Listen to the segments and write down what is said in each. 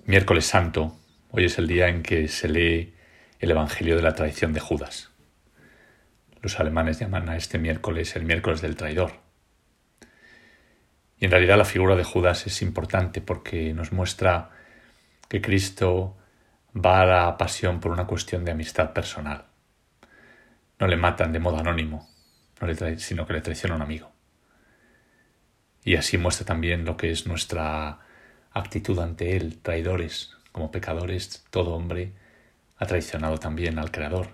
Miércoles Santo, hoy es el día en que se lee el Evangelio de la traición de Judas. Los alemanes llaman a este miércoles el miércoles del traidor. Y en realidad la figura de Judas es importante porque nos muestra que Cristo va a la pasión por una cuestión de amistad personal. No le matan de modo anónimo, sino que le traiciona un amigo. Y así muestra también lo que es nuestra actitud ante Él, traidores, como pecadores. Todo hombre ha traicionado también al Creador.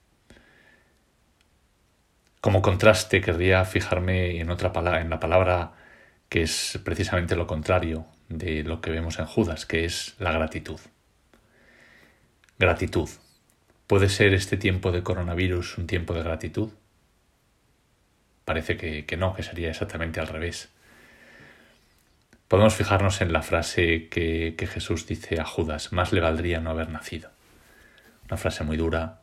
Como contraste querría fijarme en la palabra que es precisamente lo contrario de lo que vemos en Judas, que es la gratitud. Gratitud. ¿Puede ser este tiempo de coronavirus un tiempo de gratitud? Parece que no, que sería exactamente al revés. Podemos fijarnos en la frase que Jesús dice a Judas: más le valdría no haber nacido. Una frase muy dura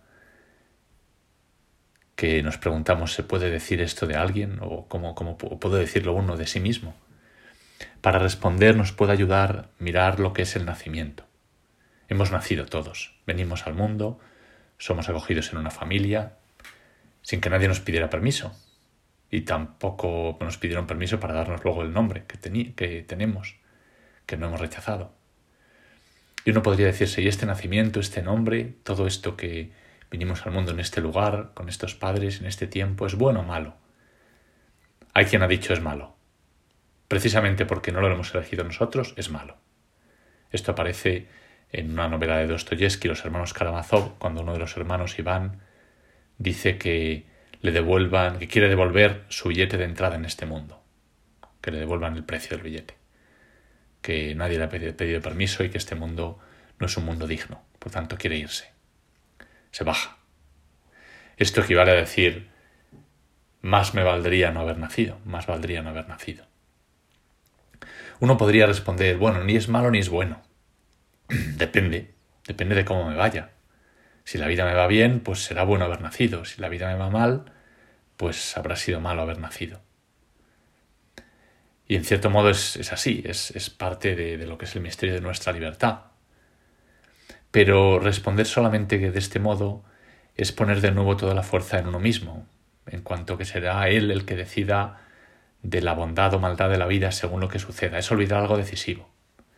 que nos preguntamos, ¿se puede decir esto de alguien? ¿O cómo puede decirlo uno de sí mismo? Para responder nos puede ayudar mirar lo que es el nacimiento. Hemos nacido todos, venimos al mundo, somos acogidos en una familia, sin que nadie nos pidiera permiso. Y tampoco nos pidieron permiso para darnos luego el nombre que tenemos, que no hemos rechazado. Y uno podría decirse, ¿y este nacimiento, este nombre, todo esto que vinimos al mundo en este lugar, con estos padres, en este tiempo, es bueno o malo? Hay quien ha dicho es malo. Precisamente porque no lo hemos elegido nosotros, es malo. Esto aparece en una novela de Dostoyevski, Los hermanos Karamazov, cuando uno de los hermanos, Iván, dice que quiere devolver su billete de entrada en este mundo, que le devuelvan el precio del billete, que nadie le ha pedido permiso y que este mundo no es un mundo digno, por tanto quiere irse. Se baja. Esto equivale a decir, más me valdría no haber nacido, más valdría no haber nacido. Uno podría responder, bueno, ni es malo ni es bueno. Depende de cómo me vaya. Si la vida me va bien, pues será bueno haber nacido. Si la vida me va mal, pues habrá sido malo haber nacido. Y en cierto modo es así, es parte de lo que es el misterio de nuestra libertad. Pero responder solamente de este modo es poner de nuevo toda la fuerza en uno mismo, en cuanto que será él el que decida de la bondad o maldad de la vida según lo que suceda. Es olvidar algo decisivo.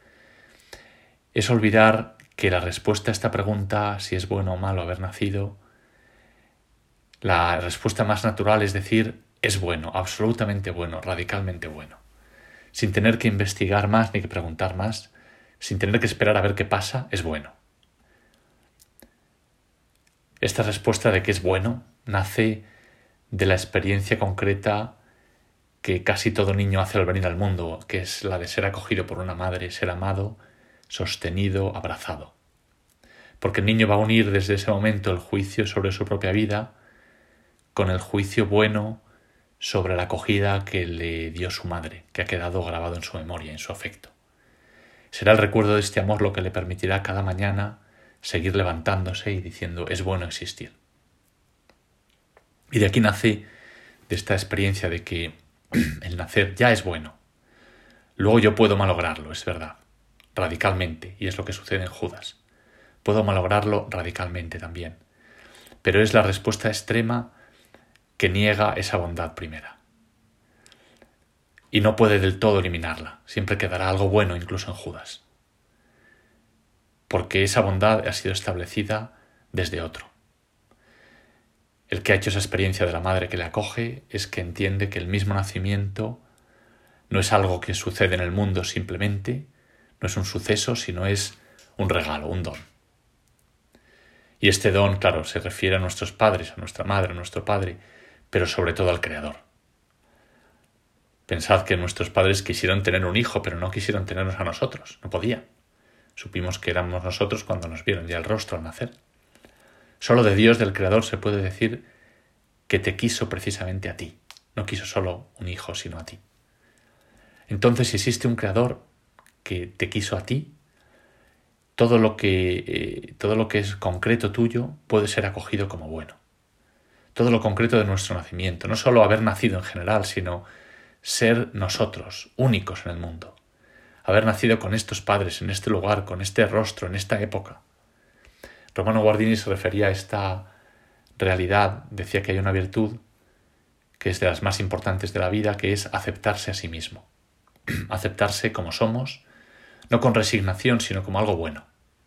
Es olvidar que la respuesta a esta pregunta, si es bueno o malo haber nacido, la respuesta más natural es decir, es bueno, absolutamente bueno, radicalmente bueno. Sin tener que investigar más ni que preguntar más, sin tener que esperar a ver qué pasa, es bueno. Esta respuesta de que es bueno nace de la experiencia concreta que casi todo niño hace al venir al mundo, que es la de ser acogido por una madre, ser amado, sostenido, abrazado. Porque el niño va a unir desde ese momento el juicio sobre su propia vida con el juicio bueno sobre la acogida que le dio su madre, que ha quedado grabado en su memoria, en su afecto. Será el recuerdo de este amor lo que le permitirá cada mañana seguir levantándose y diciendo, es bueno existir. Y de aquí nace, de esta experiencia de que el nacer ya es bueno. Luego yo puedo malograrlo, es verdad, radicalmente, y es lo que sucede en Judas. Puedo malograrlo radicalmente también. Pero es la respuesta extrema que niega esa bondad primera. Y no puede del todo eliminarla. Siempre quedará algo bueno incluso en Judas. Porque esa bondad ha sido establecida desde otro. El que ha hecho esa experiencia de la madre que le acoge es que entiende que el mismo nacimiento no es algo que sucede en el mundo simplemente, no es un suceso, sino es un regalo, un don. Y este don, claro, se refiere a nuestros padres, a nuestra madre, a nuestro padre, pero sobre todo al Creador. Pensad que nuestros padres quisieron tener un hijo, pero no quisieron tenernos a nosotros, no podían. Supimos que éramos nosotros cuando nos vieron ya el rostro al nacer. Solo de Dios, del Creador, se puede decir que te quiso precisamente a ti. No quiso solo un hijo, sino a ti. Entonces, si existe un Creador que te quiso a ti, todo lo que es concreto tuyo puede ser acogido como bueno. Todo lo concreto de nuestro nacimiento, no solo haber nacido en general, sino ser nosotros, únicos en el mundo. haber nacido con estos padres, en este lugar, con este rostro, en esta época. Romano Guardini se refería a esta realidad, decía que hay una virtud que es de las más importantes de la vida, que es aceptarse a sí mismo. Aceptarse como somos, no con resignación, sino como algo bueno.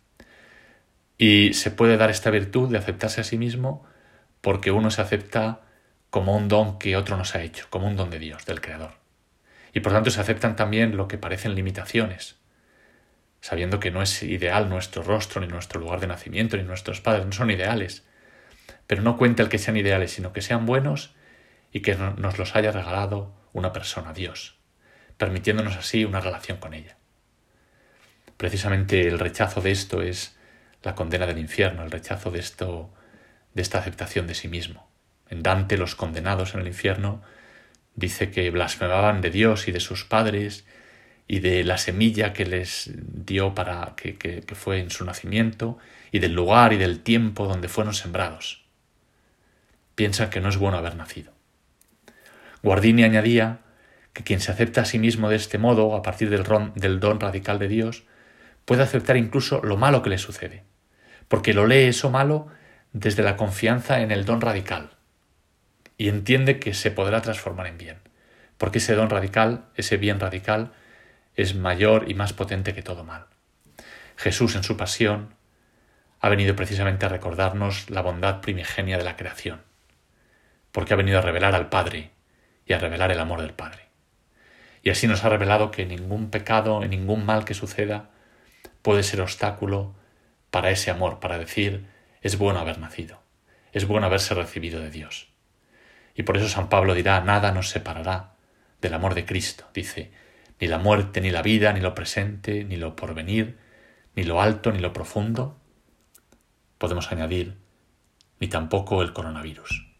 Y se puede dar esta virtud de aceptarse a sí mismo porque uno se acepta como un don que otro nos ha hecho, como un don de Dios, del Creador. Y por tanto se aceptan también lo que parecen limitaciones, sabiendo que no es ideal nuestro rostro, ni nuestro lugar de nacimiento, ni nuestros padres, no son ideales. Pero no cuenta el que sean ideales, sino que sean buenos y que nos los haya regalado una persona, Dios, permitiéndonos así una relación con ella. Precisamente el rechazo de esto es la condena del infierno, el rechazo de esta aceptación de sí mismo. En Dante, los condenados en el infierno dice que blasfemaban de Dios y de sus padres y de la semilla que les dio para que fue en su nacimiento y del lugar y del tiempo donde fueron sembrados. Piensan que no es bueno haber nacido. Guardini añadía que quien se acepta a sí mismo de este modo, a partir del don radical de Dios, puede aceptar incluso lo malo que le sucede, porque lo lee eso malo desde la confianza en el don radical y entiende que se podrá transformar en bien, porque ese don radical, ese bien radical, es mayor y más potente que todo mal. Jesús en su pasión ha venido precisamente a recordarnos la bondad primigenia de la creación, porque ha venido a revelar al Padre y a revelar el amor del Padre. Y así nos ha revelado que ningún pecado, ningún mal que suceda puede ser obstáculo para ese amor, para decir, es bueno haber nacido, es bueno haberse recibido de Dios. Y por eso San Pablo dirá, nada nos separará del amor de Cristo. Dice, ni la muerte, ni la vida, ni lo presente, ni lo porvenir, ni lo alto, ni lo profundo. Podemos añadir, ni tampoco el coronavirus.